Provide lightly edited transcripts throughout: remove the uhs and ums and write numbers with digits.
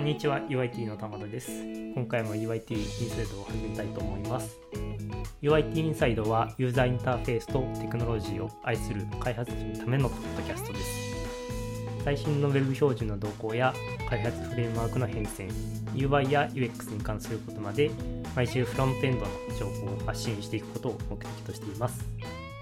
んにちは、UIT の玉田です。今回も UIT インサイドを始めたいと思います。UIT インサイドはユーザーインターフェースとテクノロジーを愛する開発者のためのポッドキャストです。最新の Web 標準の動向や開発フレームワークの変遷、UI や UX に関することまで毎週フロントエンドの情報を発信していくことを目的としています。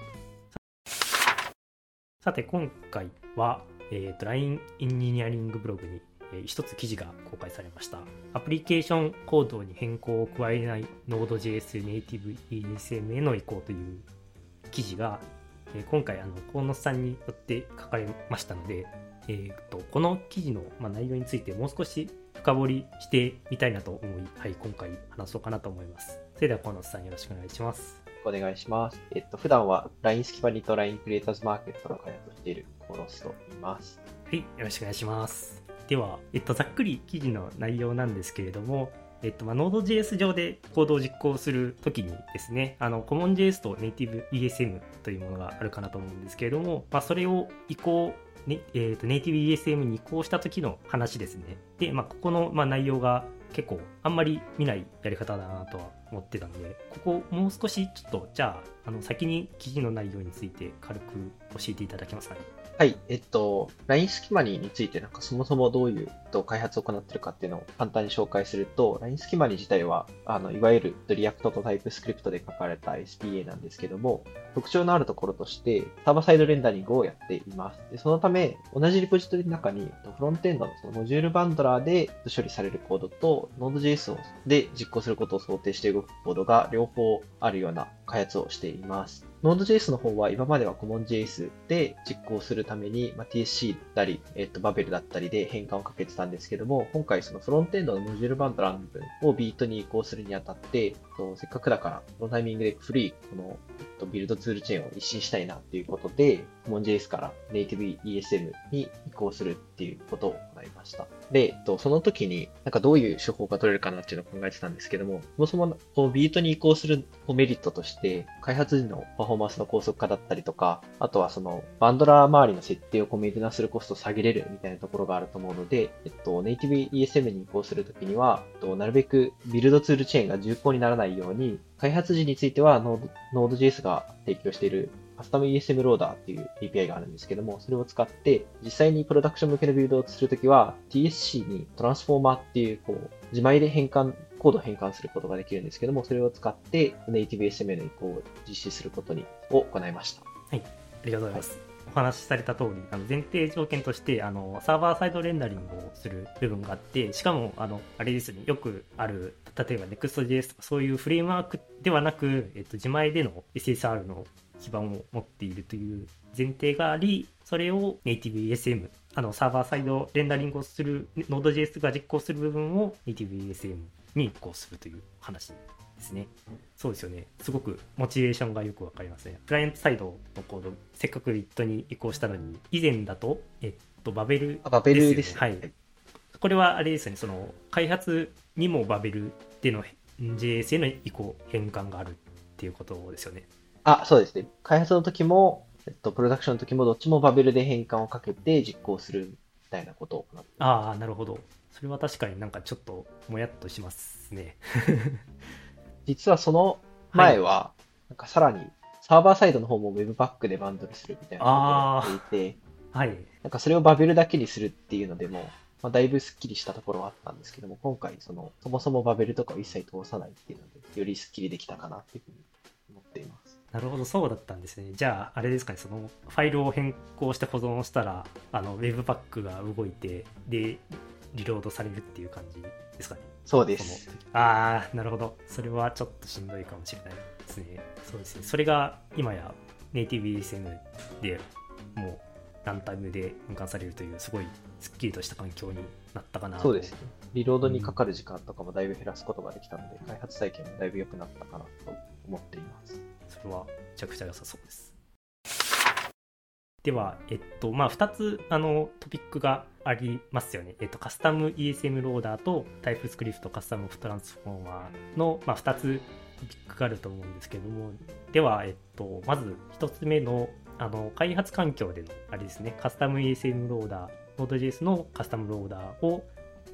さて今回は、LINE エンジニアリングブログに一つ記事が公開されました。アプリケーションコードに変更を加えない Node.js ネイティブ ESM への移行という記事が、今回河野さんによって書かれましたので、この記事の内容についてもう少し深掘りしてみたいなと思い、今回話そうかなと思います。それでは河野さんよろしくお願いします。 お願いします。普段は LINE スキマニと LINE クリエイターズマーケットの開発をしている河野と言います。 はい、よろしくお願いします。では、ざっくり記事の内容なんですけれども、Node.js 上でコードを実行するときにですね、CommonJS と Native ESM というものがあるかなと思うんですけれども、それを移行、Native ESM に移行したときの話ですね。で、ここの内容が結構あんまり見ないやり方だなとは思ってたので、ここもう少しちょっと、じゃあ、先に記事の内容について軽く教えていただけますかね。 はい、LINE スキマニについてそもそもどういう開発を行っているかっていうのを簡単に紹介すると、LINE スキマニ自体はいわゆるリアクトとタイプスクリプトで書かれた SPA なんですけども、特徴のあるところとしてサーバーサイドレンダリングをやっています。でそのため、同じリポジトリの中にフロントエンドのモジュールバンドラーで処理されるコードと Node.js で実行することを想定して動くコードが両方あるような開発をしています。Node.js の方は今までは CommonJS で実行するために、TSC だったり、Babel だったりで変換をかけてたんですけども、今回そのフロントエンドのモジュールバンドラーの部分をビートに移行するにあたって、せっかくだからこのタイミングで古いこのビルドツールチェーンを一新したいなっていうことで、CommonJS から Native ESM に移行するっていうことを行いました。で、その時にどういう手法が取れるかなっていうのを考えてたんですけども、そもそもビートに移行するメリットとして、開発時のパフォーマンスの高速化だったりとか、あとはそのバンドラー周りの設定をメンテナンスするコストを下げれるみたいなところがあると思うので、Native ESM に移行するときには、なるべくビルドツールチェーンが重厚にならないように、開発時については Node.js が提供しているカスタム ESM ローダーっていう API があるんですけども、それを使って実際にプロダクション向けのビルドをするときは TSC にトランスフォーマーっていう自前でコードを変換することができるんですけども、それを使ってネイティブ ESM の移行を実施することを行いました。 はい、ありがとうございます。お話しされた通り、前提条件としてサーバーサイドレンダリングをする部分があって、しかもあれですね、よくある例えば Next.js とかそういうフレームワークではなく、自前での SSR の基盤を持っているという前提があり、それを Native ESM サーバーサイドレンダリングをする Node.js が実行する部分を Native ESM に移行するという話ですね。そうですよね。すごくモチベーションがよくわかりますね。クライアントサイドのコード、せっかくビットに移行したのに、以前だと、バベルですよね。 バベルですね。 はい。これはあれですよね、その開発にもバベルでの JS への移行、変換があるっていうことですよね。 そうですね。開発の時も、プロダクションの時もどっちもバベルで変換をかけて実行するみたいなことを行っています。 なるほど。それは確かにちょっともやっとしますね。 実はその前は、さらにサーバーサイドの方も Webpack でバンドルするみたいなことをやっていて、 はい。 それをバベルだけにするっていうのでも、だいぶスッキリしたところはあったんですけども、今回そもそもバベルとかを一切通さないっていうので、よりスッキリできたかなっていうふうに思っています。 なるほど、そうだったんですね。じゃあ、あれですかね、そのファイルを変更して保存したら、Webpack が動いて、で、リロードされるっていう感じですかね。 そうです。 なるほど。それはちょっとしんどいかもしれないですね。そうですね。それが今や Native ESM でもうランタイムで変換されるという、すごいスッキリとした環境になったかなと。 そうですね。リロードにかかる時間とかもだいぶ減らすことができたので、開発体験もだいぶ良くなったかなと思っています。 それはめちゃくちゃ良さそうです。では、2つトピックがありますよね。カスタム ESM ローダーとタイプスクリプトカスタムトランスフォーマーの、2つトピックがあると思うんですけども、では、まず1つ目の開発環境でのあれですね、カスタム ESM ローダー、Node.js のカスタムローダーを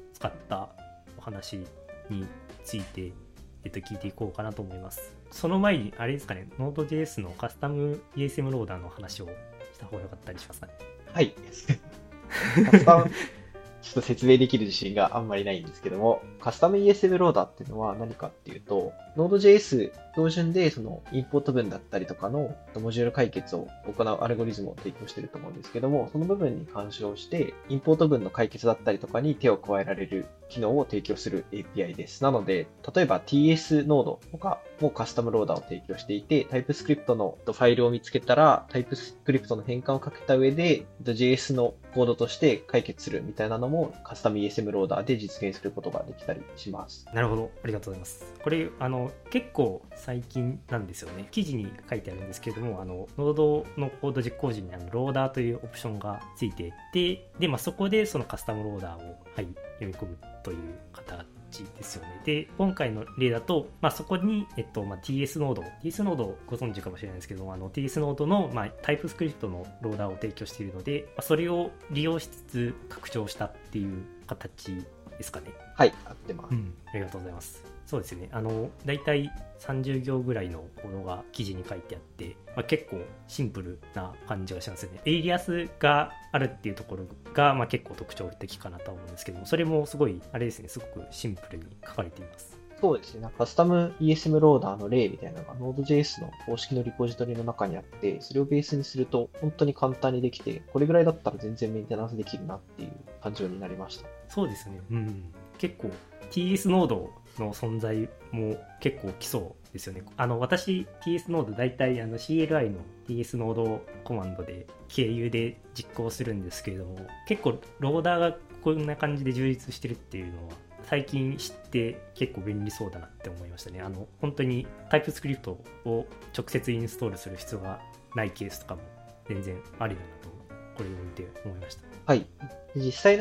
使ったお話について、聞いていこうかなと思います。その前にあれですかね、Node.js のカスタム ESM ローダーの話をした方がよかったりしますかね。 はい。カスタム、ちょっと説明できる自信があんまりないんですけども、カスタム ESM ローダーっていうのは何かっていうと、Node.js 標準でそのインポート文だったりとかのモジュール解決を行うアルゴリズムを提供していると思うんですけども、その部分に干渉して、インポート文の解決だったりとかに手を加えられる機能を提供する API です。なので、例えば TS ノードとかもカスタムローダーを提供していて、TypeScript のファイルを見つけたら、TypeScript の変換をかけた上で、JS のコードとして解決するみたいなのもカスタム ESM ローダーで実現することができたりします。 なるほど、ありがとうございます。これ結構最近なんですよね。記事に書いてあるんですけれども、ノードのコード実行時にローダーというオプションがついていて、で、そこでそのカスタムローダーを、読み込むという形ですよね。で、今回の例だと、そこに、TS ノードをご存知かもしれないですけども、TS ノードの、TypeScript のローダーを提供しているので、それを利用しつつ拡張したっていう形ですかね。 はい、合ってます。 ありがとうございます。そうですね。だいたい30行ぐらいのコードが記事に書いてあって、結構シンプルな感じがしますよね。エイリアスがあるっていうところが、結構特徴的かなと思うんですけども、それもすごい、あれですね、すごくシンプルに書かれています。 そうですね。カスタム ESM ローダーの例みたいなのが Node.js の公式のリポジトリの中にあって、それをベースにすると本当に簡単にできて、これぐらいだったら全然メンテナンスできるなっていう感情になりました。 そうですね。結構 TS ノードの存在も結構基礎ですよね。私 TS ノード大体CLI の TS ノードコマンドで経由で実行するんですけれども、結構ローダーがこんな感じで充実してるっていうのは最近知って結構便利そうだなって思いましたね。本当に TypeScript を直接インストールする必要がないケースとかも全然ありだなとこれを見て思いました。 はい。実際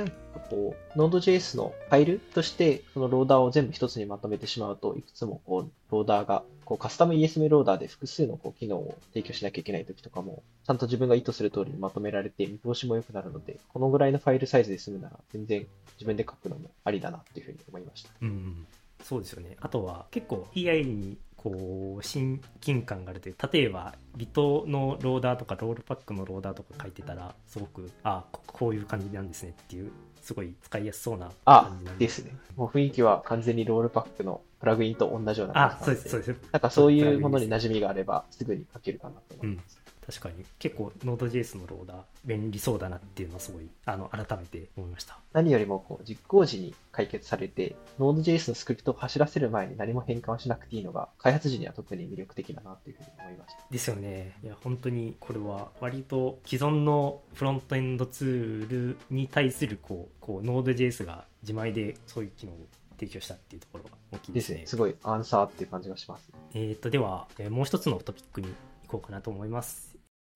Node.js のファイルとして、そのローダーを全部一つにまとめてしまうと、いくつもローダーが、カスタム ESM ローダーで複数の機能を提供しなきゃいけないときとかも、ちゃんと自分が意図する通りにまとめられて、見通しも良くなるので、このぐらいのファイルサイズで済むなら、全然自分で書くのもありだなっていうふうに思いました。 そうですよね。あとは結構 PI に親近感があるという、例えば Git のローダーとかロールパックのローダーとか書いてたら、すごくこういう感じなんですねっていう、すごい使いやすそうな感じなんですね。もう雰囲気は完全にロールパックのプラグインと同じような感じなので、 そうです。 なんかそういうものに馴染みがあればすぐに書けるかなと思います。 確かに結構 Node.js のローダー便利そうだなっていうのはすごい改めて思いました。 何よりも実行時に解決されて Node.js のスクリプトを走らせる前に何も変換をしなくていいのが開発時には特に魅力的だなというふうに思いました。 ですよね。いや本当にこれは割と既存のフロントエンドツールに対するNode.js が自前でそういう機能を提供したっていうところが大きいですね。 すごいアンサーっていう感じがします。 ではもう一つのトピックに行こうかなと思います。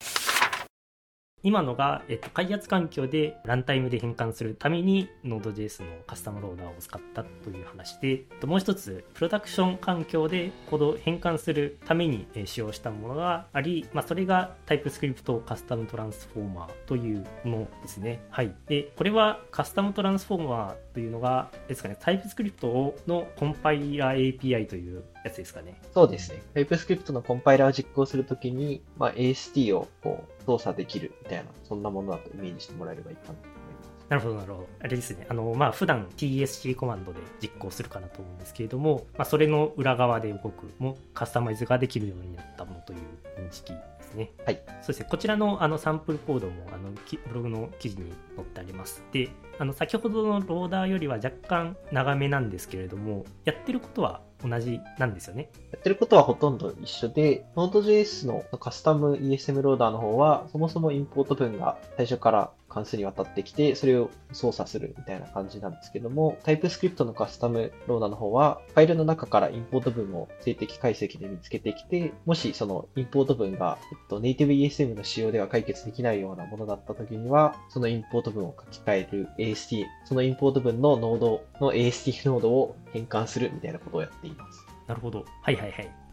今のが、開発環境でランタイムで変換するために Node.js のカスタムローダーを使ったという話で、もう一つプロダクション環境でコードを変換するために使用したものがあり、それが TypeScript カスタムトランスフォーマーというものですね。はい。で、これはカスタムトランスフォーマーというのがですかね、TypeScript のコンパイラー API というやつですかね。 そうですね。TypeScript のコンパイラーを実行するときに、AST を操作できるみたいな、そんなものだとイメージしてもらえればいいかなと思います。 なるほど。あれですね。普段 TSC コマンドで実行するかなと思うんですけれども、それの裏側で動くカスタマイズができるようになったものという認識ですね。 はい。 そうですね。こちらのサンプルコードもブログの記事に載ってあります。で、先ほどのローダーよりは若干長めなんですけれども、やってることは同じなんですよね。 やってることはほとんど一緒で、Node.js のカスタム ESM ローダーの方は、そもそもインポート文が最初から関数に渡ってきて、それを操作するみたいな感じなんですけども、TypeScript のカスタムローダーの方は、ファイルの中からインポート文を静的解析で見つけてきて、もしそのインポート文が、ネイティブ ESM の仕様では解決できないようなものだったときには、そのインポート文を書き換える AST、そのインポート文のノードの AST ノードを変換するみたいなことをやっています。 なるほど。はい。ありがとう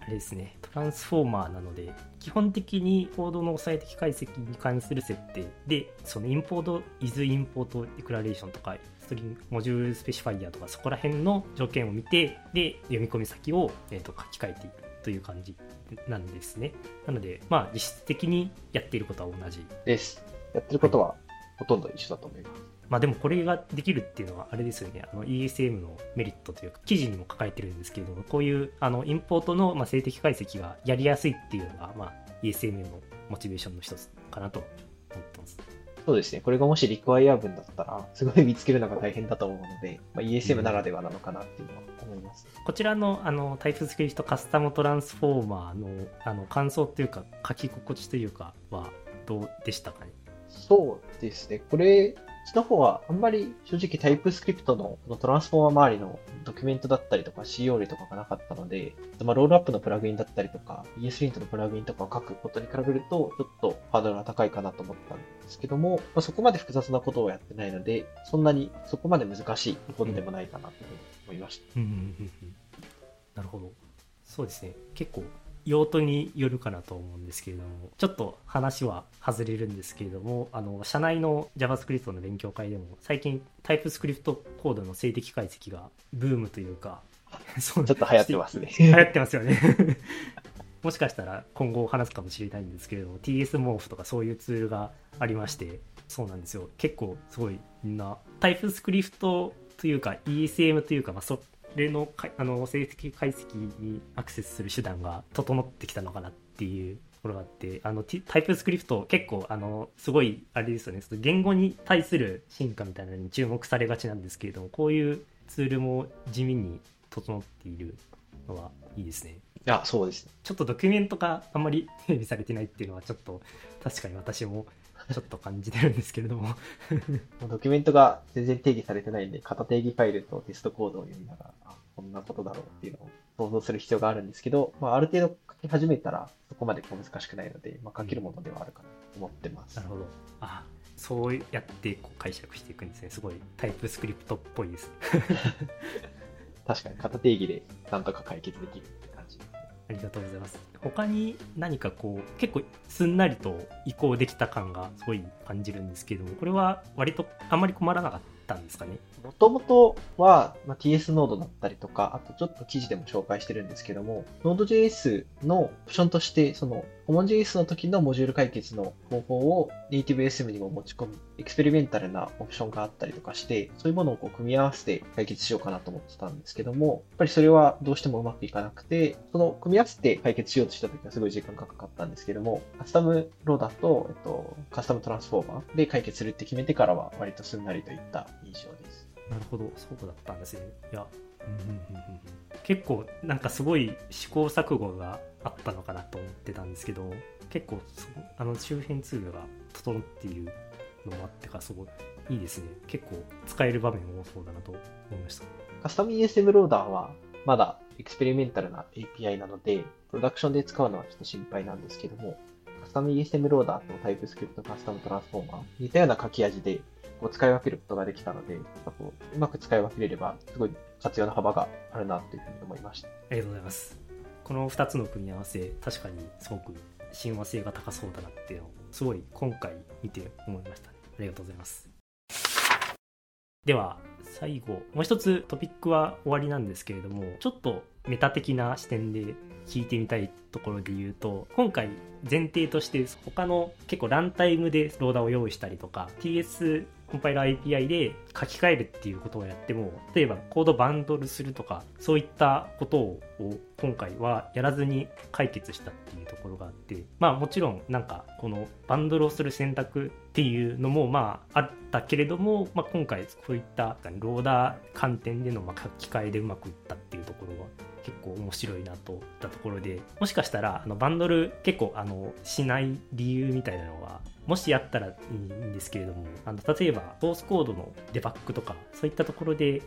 れですね、トランスフォーマーなので、基本的にコードの最適解析に関する設定で、そのインポート、is インポートデクラレーションとか、ストリング、モジュールスペシファイアとか、そこら辺の条件を見て、で、読み込み先を、書き換えていくという感じなんですね。なので、まあ、実質的にやっていることは同じです。やってることはほとんど一緒だと思います。 まあでもこれができるっていうのはあれですよね、ESM のメリットというか、記事にも書かれてるんですけれども、こういうインポートの静的解析がやりやすいっていうのが、まあ、ESM のモチベーションの一つかなと思ってます。 そうですね。これがもしリクワイア文だったら、すごい見つけるのが大変だと思うので、まあ、ESM ならではなのかなっていうのは思います。 こちらのTypeScript カスタムトランスフォーマーの感想というか、書き心地というかはどうでしたかね。 そうですね。これの方はあんまり正直タイプスクリプトのトランスフォーマー周りのドキュメントだったりとか COL とかがなかったので、まあ、ロールアップのプラグインだったりとか ESLint のプラグインとかを書くことに比べるとちょっとハードルが高いかなと思ったんですけども、まあ、そこまで複雑なことをやってないので、そんなにそこまで難しいことでもないかなというふうに思いました。 なるほど。そうですね。結構用途によるかなと思うんですけれども、ちょっと話は外れるんですけれども、社内の JavaScript の勉強会でも最近タイプスクリプトコードの静的解析がブームというかちょっと流行ってますね。 流行ってますよねもしかしたら今後話すかもしれないんですけれども、 TS モーフとかそういうツールがありまして、そうなんですよ。結構すごいみんなタイプスクリプトというか ESM というか、まあそれの静的解析にアクセスする手段が整ってきたのかなっていうところがあって、タイプスクリプト結構すごいあれですよね、言語に対する進化みたいなのに注目されがちなんですけれども、こういうツールも地味に整っているのはいいですね。 いや、そうですね。 ちょっとドキュメントがあんまり整備されてないっていうのはちょっと確かに私もちょっと感じてるんですけれどもドキュメントが全然定義されてないんで、型定義ファイルとテストコードを読みながら、こんなことだろうっていうのを想像する必要があるんですけど、まあ、ある程度書き始めたらそこまで難しくないので、まあ、書けるものではあるかなと思ってます。 なるほど。そうやって解釈していくんですね。すごいタイプスクリプトっぽいです確かに型定義でなんとか解決できるって感じですね。 ありがとうございます。他に何か結構すんなりと移行できた感がすごい感じるんですけども、これは割とあんまり困らなかったんですかね。 もともとは、TS ノードだったりとか、あとちょっと記事でも紹介してるんですけども、Node.js のオプションとして、CommonJS の時のモジュール解決の方法を NativeSM にも持ち込むエクスペリメンタルなオプションがあったりとかして、そういうものを組み合わせて解決しようかなと思ってたんですけども、やっぱりそれはどうしてもうまくいかなくて、組み合わせて解決しようとした時はすごい時間がかかったんですけども、カスタムローダーと、カスタムトランスフォーマーで解決するって決めてからは割とすんなりといった印象です。 なるほど、そうだったんですね。いや、結構なんかすごい試行錯誤があったのかなと思ってたんですけど、結構周辺ツールが整っているのもあってか、すごいいいですね。結構使える場面も多そうだなと思いました。 カスタム ESM ローダーはまだエクスペリメンタルな API なので、プロダクションで使うのはちょっと心配なんですけども、カスタム ESM ローダーと TypeScript カスタムトランスフォーマー、似たような書き味で使い分けることができたので、うまく使い分けれれば、すごい活用の幅があるなというふうに思いました。 ありがとうございます。この2つの組み合わせ、確かにすごく親和性が高そうだなっていうのを、すごい今回見て思いましたね。ありがとうございます。では、最後、もう一つトピックは終わりなんですけれども、ちょっとメタ的な視点で聞いてみたいところで言うと、今回前提として他の結構ランタイムでローダーを用意したりとか TS コンパイラー API で書き換えるっていうことをやっても、例えばコードバンドルするとかそういったことを今回はやらずに解決したっていうところがあって、まあもちろんなんかこのバンドルをする選択っていうのもまああったけれども、まあ、今回そういったローダー観点での書き換えでうまくいったっていうところは結構面白いなといったところで、もしかしたらバンドル結構しない理由みたいなのはもしやったらいいんですけれども、例えばソースコードのデバッグとかそういったところで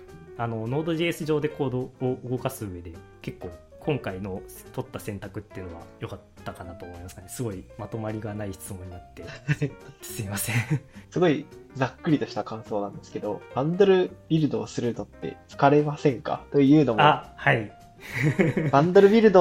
Node.js 上でコードを動かす上で結構今回の取った選択っていうのは良かったかなと思いますかね。すごいまとまりがない質問になってすいませんすごいざっくりとした感想なんですけど、バンドルビルドをするのって疲れませんかというのも、 はいバンドルビルド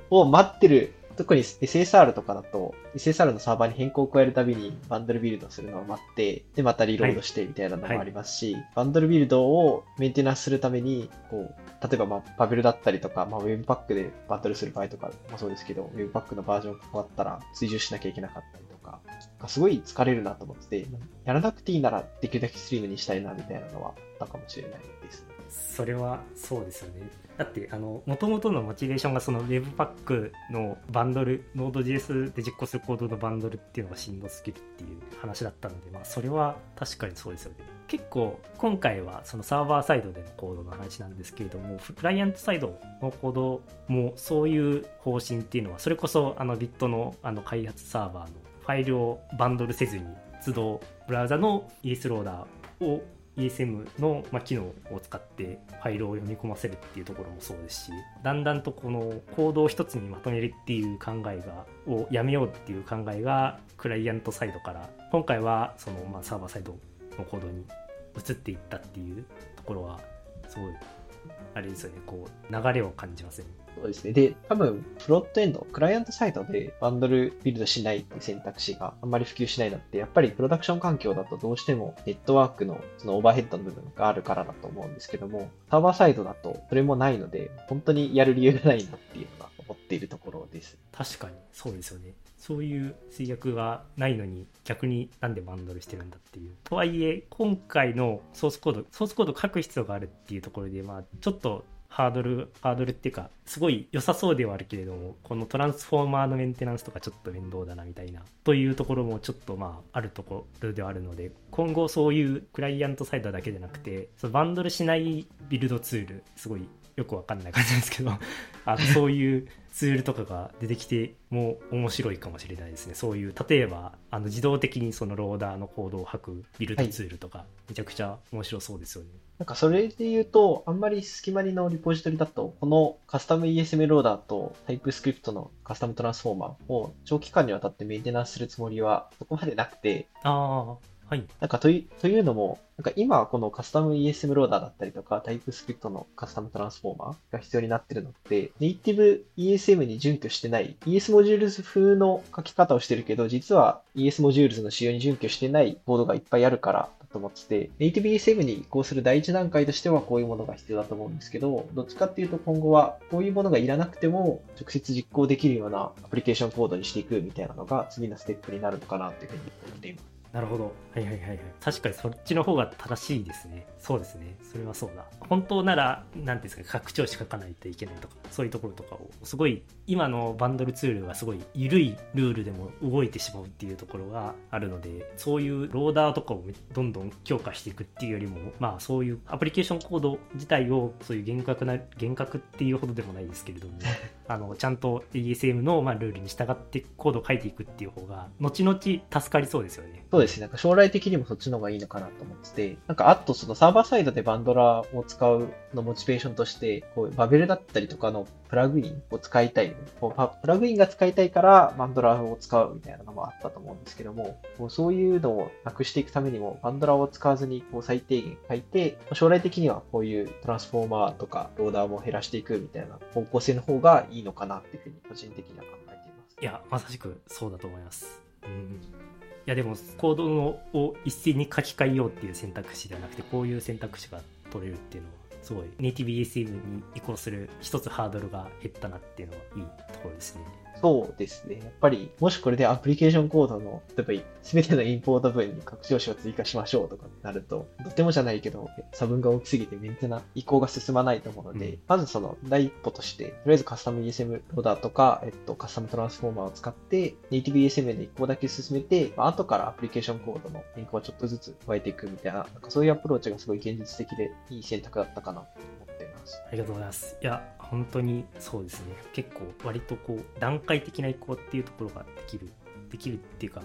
を待ってる、特に SSR とかだと、SSR のサーバーに変更を加えるたびにバンドルビルドするのを待って、で、またリロードしてみたいなのもありますし、バンドルビルドをメンテナンスするために、例えばパビルだったりとか、Webpack でバトルする場合とかもそうですけど、Webpack のバージョンが変わったら追従しなきゃいけなかったりとか、すごい疲れるなと思ってて、やらなくていいならできるだけスリムにしたいなみたいなのはあったかもしれないです。 それはそうですよね。だってもともとのモチベーションがその Webpack のバンドル、Node.js で実行するコードのバンドルっていうのがしんどすぎるっていう話だったので、それは確かにそうですよね。結構今回はそのサーバーサイドでのコードの話なんですけれども、クライアントサイドのコードもそういう方針っていうのは、それこそGit の開発サーバーのファイルをバンドルせずに都度ブラウザの ES ローダーをESM の機能を使ってファイルを読み込ませるっていうところもそうですし、だんだんとこのコードを一つにまとめるっていう考えをやめようっていう考えがクライアントサイドから今回はそのサーバーサイドのコードに移っていったっていうところはすごいあれですよね、流れを感じますね。 そうですね。で、多分、フロントエンド、クライアントサイドでバンドルビルドしないって選択肢があんまり普及しないのって、やっぱりプロダクション環境だとどうしてもネットワークのそのオーバーヘッドの部分があるからだと思うんですけども、サーバーサイドだとそれもないので、本当にやる理由がないなっていうのが思っているところです。 確かにそうですよね。そういう制約がないのに逆になんでバンドルしてるんだっていう。とはいえ今回のソースコード書く必要があるっていうところで、ちょっとハードルっていうかすごい良さそうではあるけれども、このトランスフォーマーのメンテナンスとかちょっと面倒だなみたいなというところもちょっとあるところではあるので、今後そういうクライアントサイドだけでなくてそのバンドルしないビルドツール、すごいよくわかんない感じですけどそういうツールとかが出てきても面白いかもしれないですね。そういう例えば自動的にそのローダーのコードを吐くビルドツールとか、めちゃくちゃ面白そうですよね。 なんかそれで言うと、あんまり隙間のリポジトリだと、このカスタム ESM ローダーとタイプスクリプトのカスタムトランスフォーマーを長期間にわたってメンテナンスするつもりはそこまでなくて、 はい。 なんかというのも、なんか今このカスタム ESM ローダーだったりとか、タイプスクリプトのカスタムトランスフォーマーが必要になってるのって、ネイティブ ESM に準拠してない、ES モジュールズ風の書き方をしてるけど、実は ES モジュールズの仕様に準拠してないコードがいっぱいあるからだと思ってて、ネイティブ ESM に移行する第一段階としてはこういうものが必要だと思うんですけど、どっちかっていうと今後はこういうものがいらなくても直接実行できるようなアプリケーションコードにしていくみたいなのが次のステップになるのかなっていうふうに思っています。 なるほど。はいはいはいはい。確かにそっちの方が正しいですね。そうですね。それはそうだ。本当なら、なんていうんですか、拡張子書かないといけないとか、そういうところとかを、すごい、今のバンドルツールがすごい緩いルールでも動いてしまうっていうところがあるので、そういうローダーとかをどんどん強化していくっていうよりも、そういうアプリケーションコード自体を、そういう厳格っていうほどでもないですけれども、ちゃんと ESM のルールに従ってコードを書いていくっていう方が、後々助かりそうですよね。 そうですね。なんか将来的にもそっちの方がいいのかなと思ってて、なんかあとそのサーバーサイドでバンドラーを使うのモチベーションとして、バベルだったりとかのプラグインを使いたい。プラグインが使いたいからバンドラーを使うみたいなのもあったと思うんですけども、そういうのをなくしていくためにも、バンドラーを使わずに最低限書いて、将来的にはこういうトランスフォーマーとかローダーも減らしていくみたいな方向性の方がいいのかなっていうふうに個人的には考えています。 いや、まさしくそうだと思います。いやでもコードを一斉に書き換えようっていう選択肢ではなくて、こういう選択肢が取れるっていうのはすごいネイティブ ESM に移行する一つハードルが減ったなっていうのはいいところですね。 そうですね。やっぱり、もしこれでアプリケーションコードの、例えば、すべてのインポート文に拡張子を追加しましょうとかになると、とてもじゃないけど、差分が大きすぎてメンテナ移行が進まないと思うので、まずその第一歩として、とりあえずカスタム ESM ローダーとか、カスタムトランスフォーマーを使って、ネイティブ ESM で移行だけ進めて、後からアプリケーションコードの変更をちょっとずつ加えていくみたいな、なんかそういうアプローチがすごい現実的でいい選択だったかなと思っています。 ありがとうございます。いや、本当にそうですね。結構割と段階的な移行っていうところができるっていうか、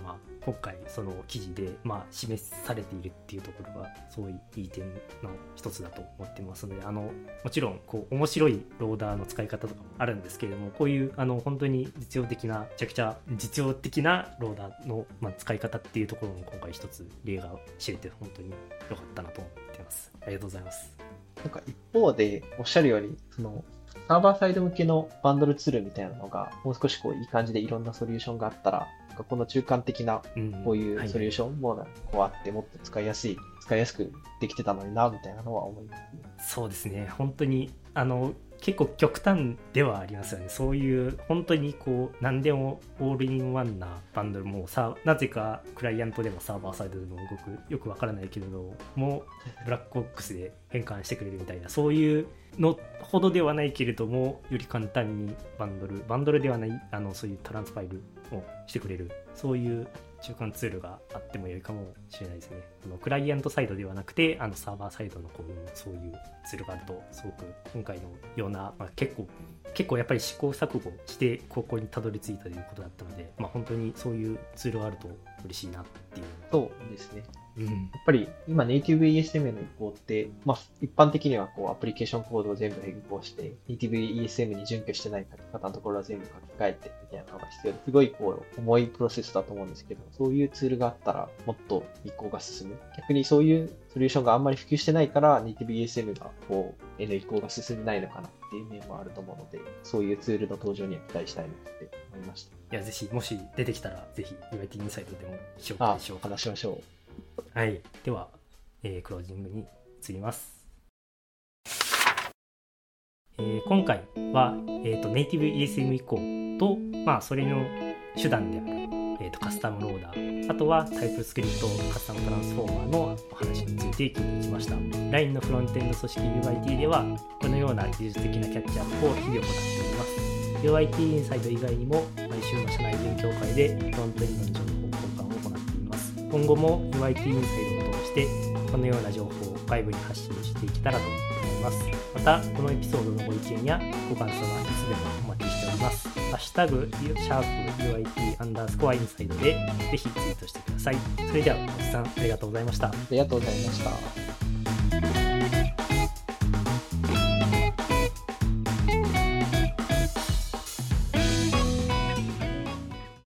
今回その記事で示されているっていうところがすごいいい点の一つだと思ってますので、もちろん面白いローダーの使い方とかもあるんですけれども、こういう本当に実用的な、めちゃくちゃ実用的なローダーの、使い方っていうところも今回一つ例が知れて本当に良かったなと思ってます。ありがとうございます。 なんか一方でおっしゃるように、サーバーサイド向けのバンドルツールみたいなのがもう少しいい感じでいろんなソリューションがあったら、この中間的なこういうソリューションもあって、もっと使いやすくできてたのになみたいなのは思いますね。 そうですね、本当に結構極端ではありますよね。そういう本当に何でもオールインワンなバンドルもなぜかクライアントでもサーバーサイドでも動くよくわからないけれどもブラックボックスで変換してくれるみたいな、そういうのほどではないけれどもより簡単にバンドルではないそういうトランスファイルをしてくれる、そういう中間ツールがあっても良いかもしれないですね。クライアントサイドではなくてサーバーサイドのそういうツールがあるとすごく今回のような、結構やっぱり試行錯誤してここにたどり着いたということだったので、本当にそういうツールがあると嬉しいなっていう。 そうですね。やっぱり今ネイティブ ESM の移行って、一般的にはアプリケーションコードを全部変更してネイティブ ESM に準拠してない書き方のところは全部書き換えてみたいなのが必要で、すごい重いプロセスだと思うんですけど、そういうツールがあったらもっと移行が進む。逆にそういうソリューションがあんまり普及してないからネイティブ ESM がへの移行が進んでないのかなっていう面もあると思うので、そういうツールの登場には期待したいなって思いました。 いや、ぜひもし出てきたらぜひ UIT インサイドでも紹介しようか。 話しましょう。 はい、では、クロージングに移ります。今回は、ネイティブ ESM 移行と、それの手段である、カスタムローダー、あとはタイプスクリプトカスタムトランスフォーマーのお話について聞いていきました。LINE のフロントエンド組織 UIT ではこのような技術的なキャッチアップを日々行っております。UIT インサイド以外にも毎週の社内勉強会でフロントエンドの情報交換を行っています。今後も UIT インサイドを通してこのような情報を外部に発信していけたらと思います。またこのエピソードのご意見やご感想はいつでもお待ちしております。ハッシュタグ#UIT_インサイドでぜひツイートしてください。それでは、おじさんありがとうございました。 ありがとうございました。